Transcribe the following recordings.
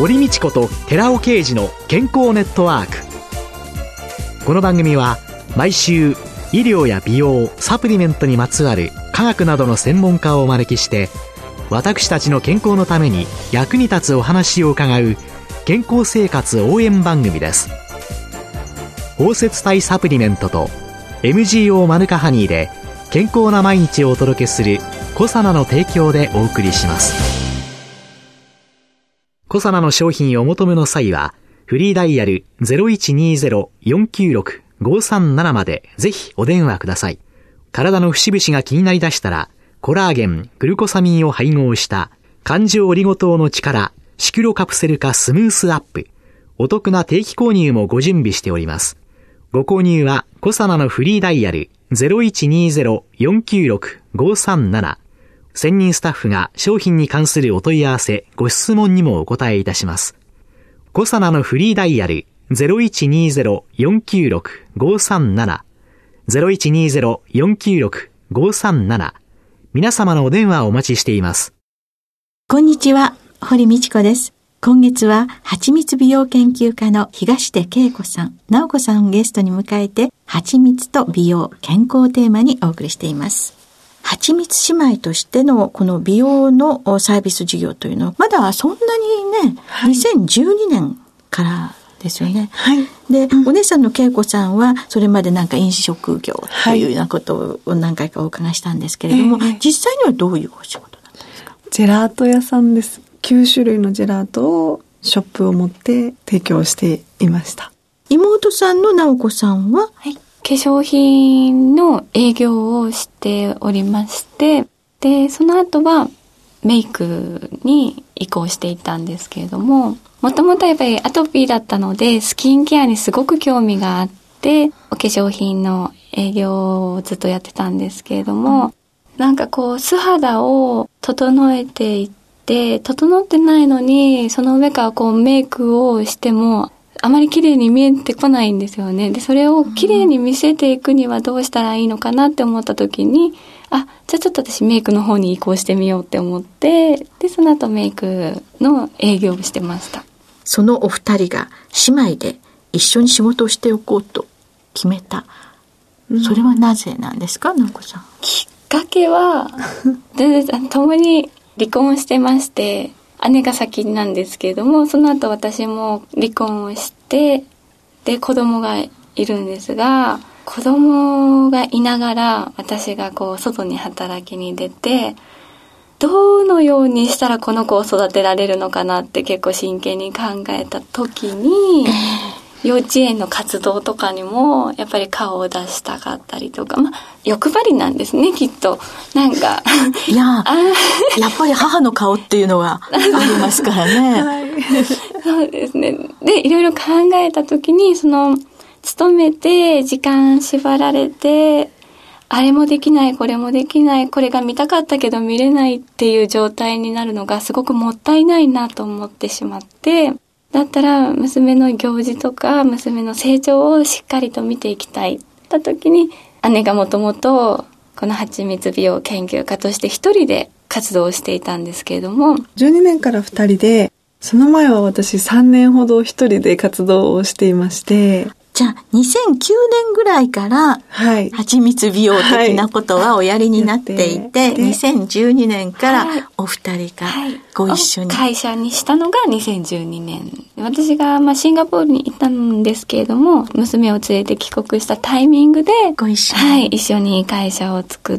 堀道子と寺尾啓二の健康ネットワーク。この番組は毎週医療や美容、サプリメントにまつわる科学などの専門家をお招きして、私たちの健康のために役に立つお話を伺う健康生活応援番組です。包摂体サプリメントと MGO マヌカハニーで健康な毎日をお届けするコサナの提供でお送りします。コサナの商品をお求めの際はフリーダイヤル 0120-496-537 までぜひお電話ください。体の節々が気になりだしたら、コラーゲン、グルコサミンを配合した環状オリゴ糖の力シクロカプセル化スムースアップ、お得な定期購入もご準備しております。ご購入はコサナのフリーダイヤル 0120-496-537、専任スタッフが商品に関するお問い合わせ、ご質問にもお答えいたします。コサナのフリーダイヤル 0120-496-537、0120-496-537、皆様のお電話をお待ちしています。 こんにちは、堀道子です。今月は蜂蜜美容研究家の東出恵子さん、直子さんをゲストに迎えて、蜂蜜と美容、健康をテーマにお送りしています。蜂蜜姉妹としてのこの美容のサービス事業というのはまだそんなにね、2012年からですよね。はい。で、お姉さんの恵子さんはそれまでなんか飲食業というようなことを何回かお伺いしたんですけれども、実際にはどういうお仕事だったんですか？ ジェラート屋さんです。9種類のジェラートをショップを持って提供していました。 妹さんの直子さんは、 はい、化粧品の営業をしておりまして、でその後はメイクに移行していったんですけれども、もともとやっぱりアトピーだったのでスキンケアにすごく興味があって、お化粧品の営業をずっとやってたんですけれども、なんかこう素肌を整えていって、整ってないのにその上からこうメイクをしてもあまり綺麗に見えてこないんですよね。でそれを綺麗に見せていくにはどうしたらいいのかなって思った時に、じゃあちょっと私メイクの方に移行してみようって思って、でその後メイクの営業をしてました。 そのお二人が姉妹で一緒に仕事をしておこうと決めた、それはなぜなんですか、直子さん？ きっかけはで共に離婚してまして、姉が先なんですけれども、その後私も離婚をして、で子供がいるんですが、子供がいながら私がこう外に働きに出て、どのようにしたらこの子を育てられるのかなって結構真剣に考えた時に、幼稚園の活動とかにもやっぱり顔を出したかったりとか、欲張りなんですね、きっと。なんかいややっぱり母の顔っていうのがありますからね。はい、 そうですね。でいろいろ考えた時に、勤めて時間縛られて、あれもできない、これもできない、これが見たかったけど見れないっていう状態になるのがすごくもったいないなと思ってしまって、だったら娘の行事とか娘の成長をしっかりと見ていきたいって時に、姉がもともとこの蜂蜜美容研究家として一人で活動をしていたんですけれども、 12年から2人で、その前は私3年ほど一人で活動をしていまして、 じゃあ2009年ぐらいから蜂蜜美容的なことはおやりになっていて、2012年からお二人がご一緒に、 会社にしたのが2012年。私がシンガポールに行ったんですけれども、娘を連れて帰国したタイミングでご一緒に、 一緒に会社を作って、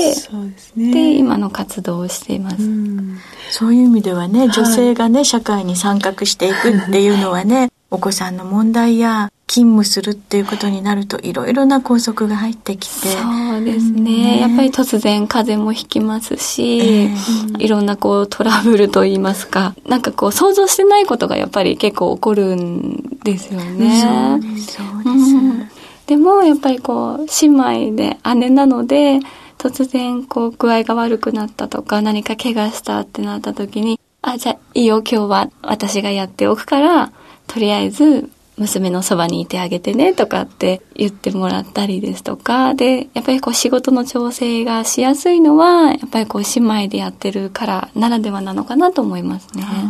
そうですね、 で今の活動をしています。 そういう意味ではね、女性がね、社会に参画していくっていうのはね、お子さんの問題や勤務するっていうことになるといろいろな拘束が入ってきて、 そうですね、やっぱり突然風邪もひきますし、いろんなトラブルといいますか、なんか想像してないことがやっぱり結構起こるんですよね。 そうです、 でもやっぱり姉妹で姉なので、突然具合が悪くなったとか何か怪我したってなった時に、じゃあいいよ、今日は私がやっておくからとりあえず娘のそばにいてあげてねとかって言ってもらったりですとかで、やっぱり仕事の調整がしやすいのはやっぱり姉妹でやってるからならではなのかなと思いますね。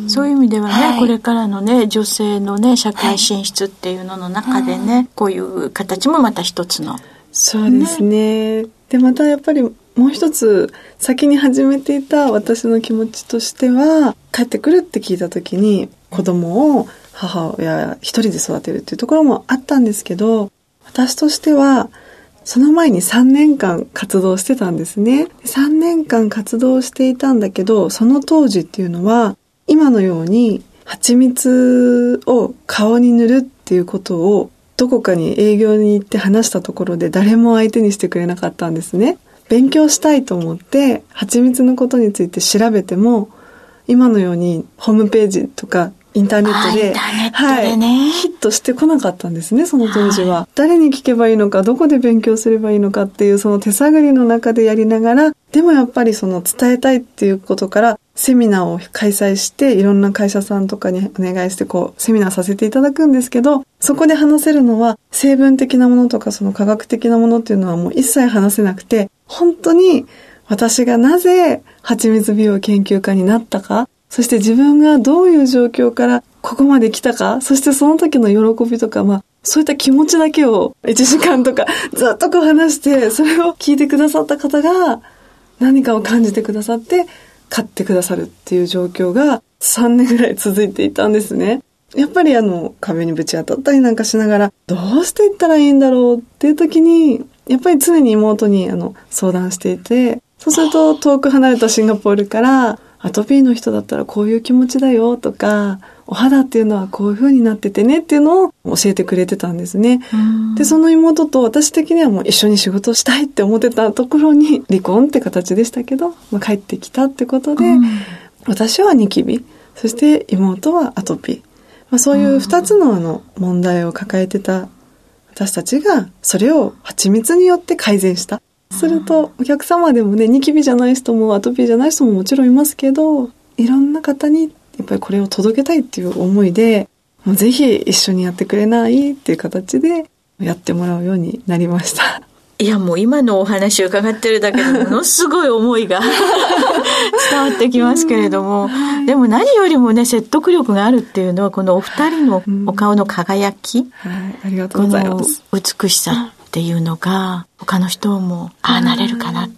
そういう意味ではね、これからのね、女性のね、社会進出っていうのの中でね、こういう形もまた一つの。 そうですね。で、またやっぱりもう一つ先に始めていた私の気持ちとしては、帰ってくるって聞いた時に子供を母親一人で育てるっていうところもあったんですけど、私としてはその前に3年間活動してたんですね。3年間活動していたんだけど、その当時っていうのは今のように蜂蜜を顔に塗るっていうことをどこかに営業に行って話したところで誰も相手にしてくれなかったんですね。勉強したいと思って蜂蜜のことについて調べても、今のようにホームページとかインターネットで、ヒットしてこなかったんですね、その当時は。誰に聞けばいいのか、どこで勉強すればいいのかっていうその手探りの中でやりながら、でもやっぱりその伝えたいっていうことからセミナーを開催して、いろんな会社さんとかにお願いしてセミナーさせていただくんですけど、そこで話せるのは成分的なものとかその科学的なものっていうのはもう一切話せなくて、本当に私がなぜ蜂蜜美容研究家になったか、そして自分がどういう状況からここまで来たか、そしてその時の喜びとか、そういった気持ちだけを1時間とかずっと話して、それを聞いてくださった方が何かを感じてくださって買ってくださるっていう状況が3年ぐらい続いていたんですね。やっぱり壁にぶち当たったりなんかしながら、どうしていったらいいんだろうっていう時に、やっぱり常に妹に相談していて、そうすると遠く離れたシンガポールからアトピーの人だったらこういう気持ちだよとか、お肌っていうのはこういう風になっててねっていうのを教えてくれてたんですね。で、その妹と私的にはもう一緒に仕事したいって思ってたところに離婚って形でしたけど、帰ってきたってことで、私はニキビ、そして妹はアトピー。そういう2つの問題を抱えてた私たちがそれを蜂蜜によって改善した。するとお客様でもね、ニキビじゃない人もアトピーじゃない人ももちろんいますけど、いろんな方にやっぱりこれを届けたいっていう思いで、もうぜひ一緒にやってくれないっていう形でやってもらうようになりました。 いや、もう今のお話を伺ってるだけでものすごい思いが伝わってきますけれども、でも何よりもね、説得力があるっていうのはこのお二人のお顔の輝き、 ありがとうございます。 この美しさっていうのが他の人もなれるかなって、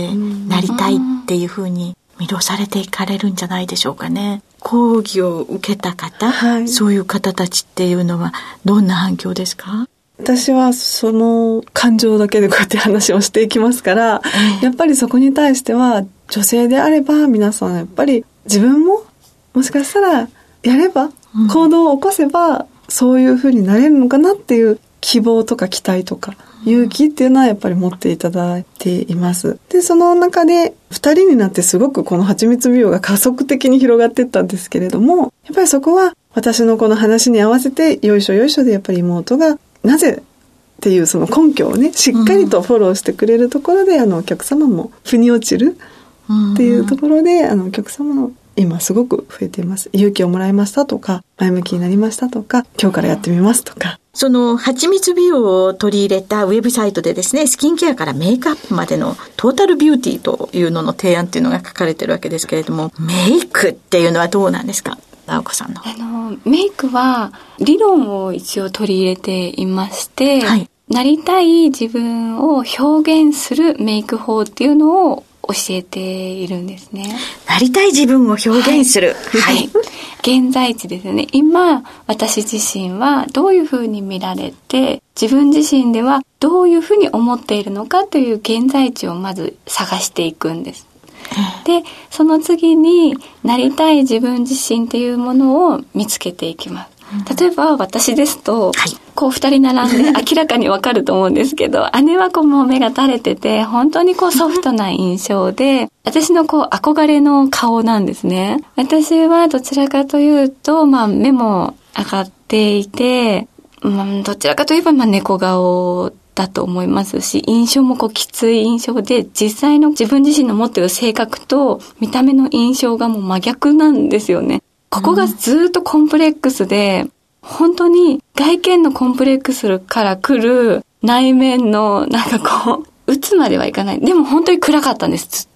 なりたいっていうふうに魅了されていかれるんじゃないでしょうかね。講義を受けた方、そういう方たちっていうのはどんな反響ですか？ 私はその感情だけでこうやって話をしていきますから、やっぱりそこに対しては女性であれば皆さんやっぱり自分ももしかしたらやれば、行動を起こせばそういう風になれるのかなっていう希望とか期待とか勇気っていうのはやっぱり持っていただいています。で、その中で2人になってすごくこの蜂蜜美容が加速的に広がっていったんですけれども、やっぱりそこは私のこの話に合わせてよいしょよいしょでやっぱり妹がなぜっていうその根拠をね、しっかりとフォローしてくれるところで、お客様も腑に落ちるっていうところで、お客様の今すごく増えています。勇気をもらいましたとか、前向きになりましたとか、今日からやってみますとか。 その蜂蜜美容を取り入れたウェブサイトでですね、スキンケアからメイクアップまでのトータルビューティーというのの提案っていうのが書かれてるわけですけれども、メイクっていうのはどうなんですか？直子さんの。 メイクは理論を一応取り入れていまして、なりたい自分を表現するメイク法っていうのを教えているんですね。 なりたい自分を表現する。 現在地ですね。今、私自身はどういうふうに見られて、自分自身ではどういうふうに思っているのかという現在地をまず探していくんです。で、その次になりたい自分自身っていうものを見つけていきます。例えば私ですと、こう二人並んで明らかにわかると思うんですけど、姉はこうもう目が垂れてて、本当にこうソフトな印象で、私のこう憧れの顔なんですね。私はどちらかというと、目も上がっていて、どちらかといえば猫顔だと思いますし、印象もこうきつい印象で、実際の自分自身の持っている性格と見た目の印象がもう真逆なんですよね。ここがずっとコンプレックスで、本当に外見のコンプレックスから来る内面の鬱まではいかない。でも本当に暗かったんです、ずっと。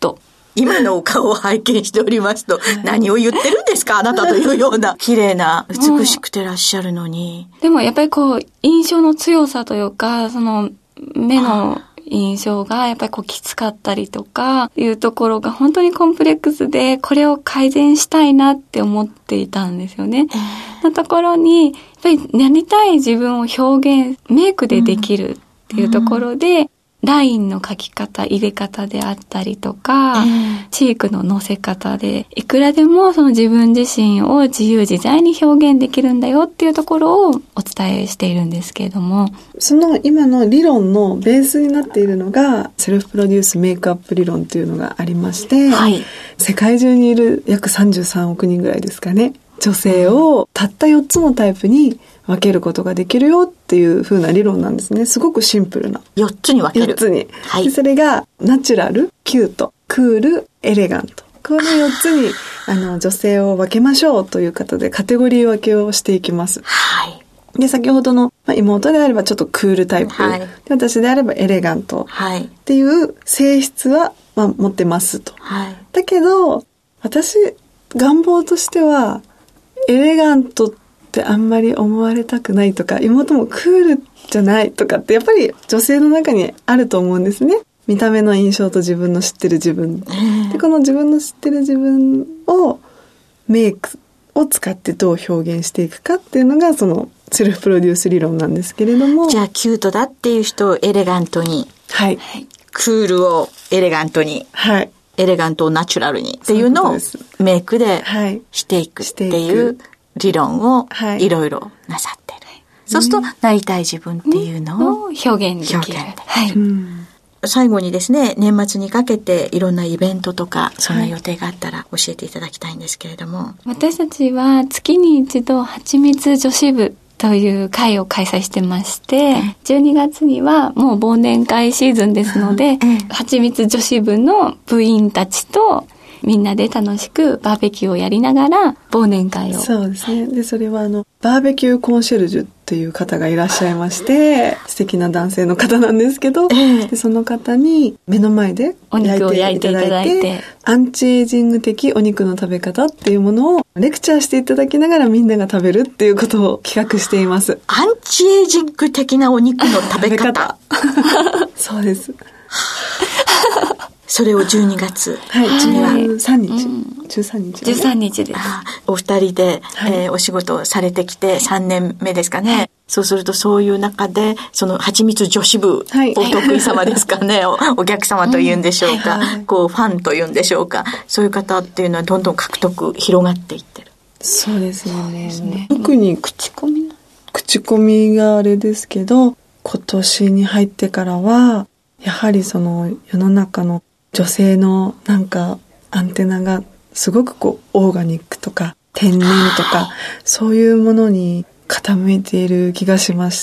今のお顔を拝見しておりますと、何を言ってるんですかあなたというような綺麗な美しくてらっしゃるのに。 でもやっぱりこう印象の強さというか、その目の印象がやっぱりこうきつかったりとかいうところが本当にコンプレックスで、これを改善したいなって思っていたんですよね。のところにやっぱりなりたい自分を表現メイクでできるっていうところで、ラインの描き方、入れ方であったりとか、チークの乗せ方で、いくらでもその自分自身を自由自在に表現できるんだよっていうところをお伝えしているんですけれども。 その今の理論のベースになっているのが、セルフプロデュースメイクアップ理論というのがありまして、はい、世界中にいる約33億人ぐらいですかね、女性をたった4つのタイプに分けることができるよっていう風な理論なんですね。すごくシンプルな。 4つに分ける。 4つに。 はい。 でそれが、ナチュラル、キュート、クール、エレガント。この4つに、女性を分けましょうという方でカテゴリー分けをしていきます。 はい。 で、先ほどの、妹であればちょっとクールタイプ。はい。で、私であればエレガント。はい。っていう性質は、持ってますと。はい。だけど、私、願望としては、エレガントってあんまり思われたくないとか、妹もクールじゃないとかってやっぱり女性の中にあると思うんですね。見た目の印象と自分の知ってる自分。で、この自分の知ってる自分をメイクを使ってどう表現していくかっていうのがそのセルフプロデュース理論なんですけれども。 じゃあキュートだっていう人をエレガントに。はい。クールをエレガントに。はい。エレガントをナチュラルにっていうのをメイクでしていくっていう理論をいろいろなさってる。そうするとなりたい自分っていうのを表現できる。はい。 最後にですね、年末にかけていろんなイベントとかそんな予定があったら教えていただきたいんですけれども。 私たちは月に一度はちみつ女子部という会を開催してまして、12月にはもう忘年会シーズンですので、はちみつ女子部の部員たちとみんなで楽しくバーベキューをやりながら忘年会を。 そうですね。で、それはバーベキューコンシェルジュっていう方がいらっしゃいまして、素敵な男性の方なんですけど、でその方に目の前でお肉を焼いていただいて、 アンチエイジング的お肉の食べ方っていうものをレクチャーしていただきながらみんなが食べるっていうことを企画しています。 アンチエイジング的なお肉の食べ方。 そうです。 それを12月には13日、13日、ね、 13日です。 お二人で、お仕事をされてきて3年目ですかね。そうするとそういう中でそのはちみつ女子部、お得意様ですかね、お客様というんでしょうか、こうファンというんでしょうか、そういう方っていうのはどんどん獲得広がっていってる。 そうですね。特に口コミがあれですけど、今年に入ってからはやはりその世の中の女性のなんかアンテナがすごくオーガニックとか天然とかそういうものに傾いている気がします。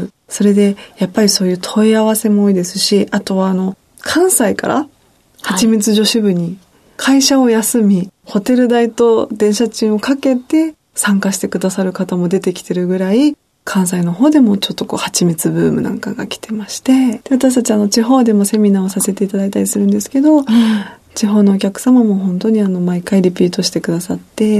それでやっぱりそういう問い合わせも多いですし、あとは関西からはちみつ女子部に会社を休み、ホテル代と電車賃をかけて参加してくださる方も出てきてるぐらい、関西の方でもちょっとはちみつブームなんかが来てまして、で私たち地方でもセミナーをさせていただいたりするんですけど、地方のお客様も本当に毎回リピートしてくださって、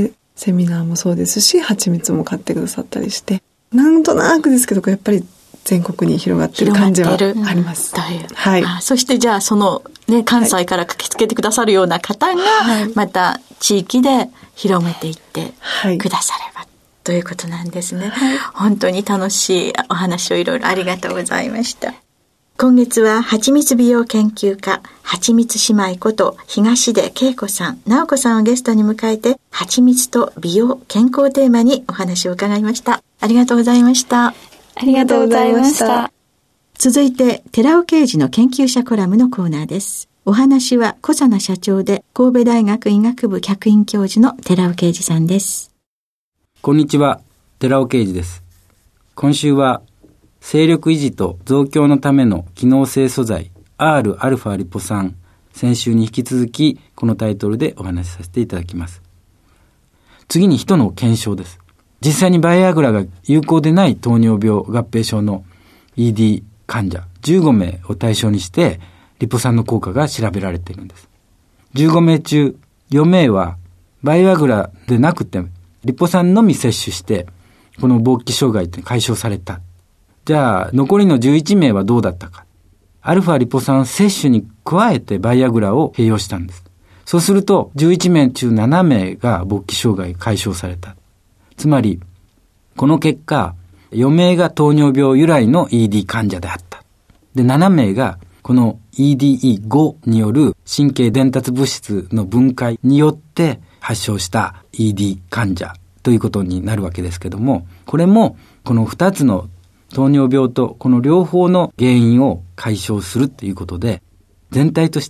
セミナーもそうですし、はちみつも買ってくださったりして、なんとなくですけどやっぱり全国に広がってる感じはあります。 はい。そしてじゃあそのね、関西から駆けつけてくださるような方が、また地域で広めていってくだされば。ということなんですね。本当に楽しいお話をいろいろありがとうございました。今月ははちみつ美容研究家、はちみつ姉妹こと東出恵子さん、直子さんをゲストに迎えて、はちみつと美容健康テーマにお話を伺いました。ありがとうございました。 ありがとうございました。 続いて、寺尾啓二の研究者コラムのコーナーです。お話は小佐奈社長で神戸大学医学部客員教授の寺尾啓二さんです。 こんにちは、寺尾啓二です。今週は精力維持と増強のための機能性素材 Rα リポ酸、先週に引き続きこのタイトルでお話しさせていただきます。次に人の検証です。実際にバイアグラが有効でない糖尿病合併症の ED 患者15名を対象にしてリポ酸の効果が調べられているんです。 15名中4名はバイアグラでなくてリポ酸のみ摂取してこの勃起障害って解消された。じゃあ残りの11名はどうだったか。アルファリポ酸摂取に加えてバイアグラを併用したんです。そうすると11名中7名が勃起障害解消された。つまりこの結果4名が糖尿病由来の ED 患者であった。で7名がこの EDE5 による神経伝達物質の分解によって発症した ED 患者ということになるわけですけども、これもこの2つの糖尿病とこの両方の原因を解消するということで、全体として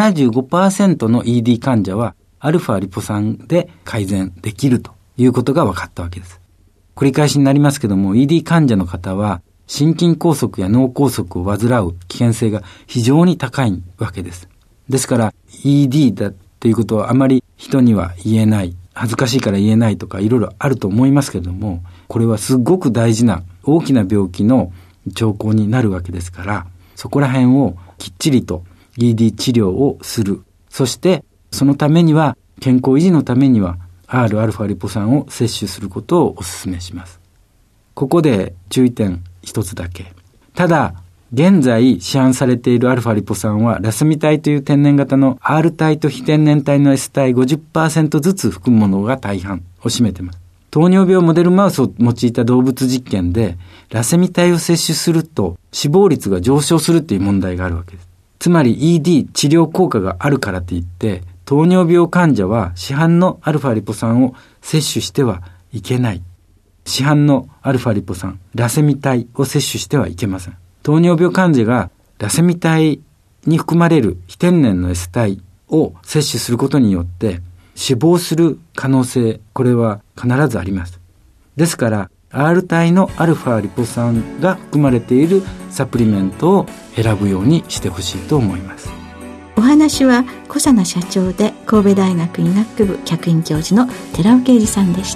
75% の ED 患者はアルファリポ酸で改善できるということが分かったわけです。繰り返しになりますけども、ED 患者の方は心筋梗塞や脳梗塞を患う危険性が非常に高いわけです。ですから ED だということはあまり人には言えない、恥ずかしいから言えないとかいろいろあると思いますけれども、これはすごく大事な大きな病気の兆候になるわけですから、そこら辺をきっちりと ED 治療をする。そしてそのためには健康維持のためには Rα リポ酸を摂取することをお勧めします。ここで注意点一つだけ。ただ現在市販されている α リポ酸はラスミ体という天然型の R 体と非天然体の S 体 50% ずつ含むものが大半を占めています。糖尿病モデルマウスを用いた動物実験でラセミ体を摂取すると死亡率が上昇するという問題があるわけです。つまり ED 治療効果があるからといって糖尿病患者は市販の α リポ酸を摂取してはいけない。市販の α リポ酸ラセミ体を摂取してはいけません。糖尿病患者がラセミ体に含まれる非天然の S 体を摂取することによって死亡する可能性、これは必ずあります。ですから R 体の α リポ酸が含まれているサプリメントを選ぶようにしてほしいと思います。 お話は小佐奈社長で神戸大学医学部客員教授の寺尾啓二さんでした。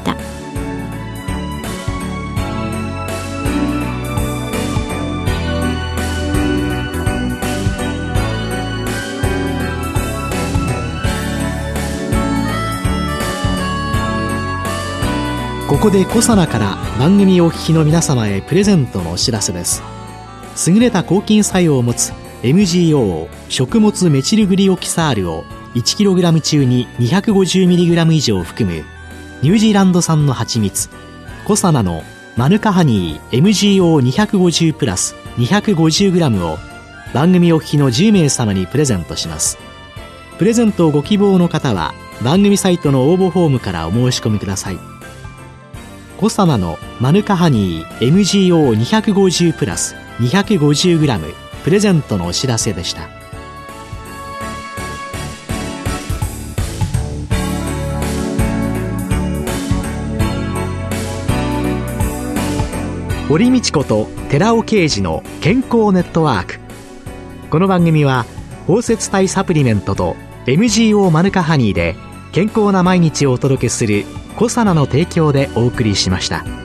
ここでコサナから番組お聞きの皆様へプレゼントのお知らせです。優れた抗菌作用を持つ MGO 食物メチルグリオキサールを 1kg 中に 250mg 以上含むニュージーランド産の蜂蜜コサナのマヌカハニー MGO250 プラス 250g を番組お聞きの10名様にプレゼントします。プレゼントをご希望の方は番組サイトの応募フォームからお申し込みください。コサナのマヌカハニー MGO250 プラス 250g プレゼントのお知らせでした。堀道子と寺尾啓二の健康ネットワーク。この番組は包摂体サプリメントと MGO マヌカハニーで健康な毎日をお届けするコサナの提供でお送りしました。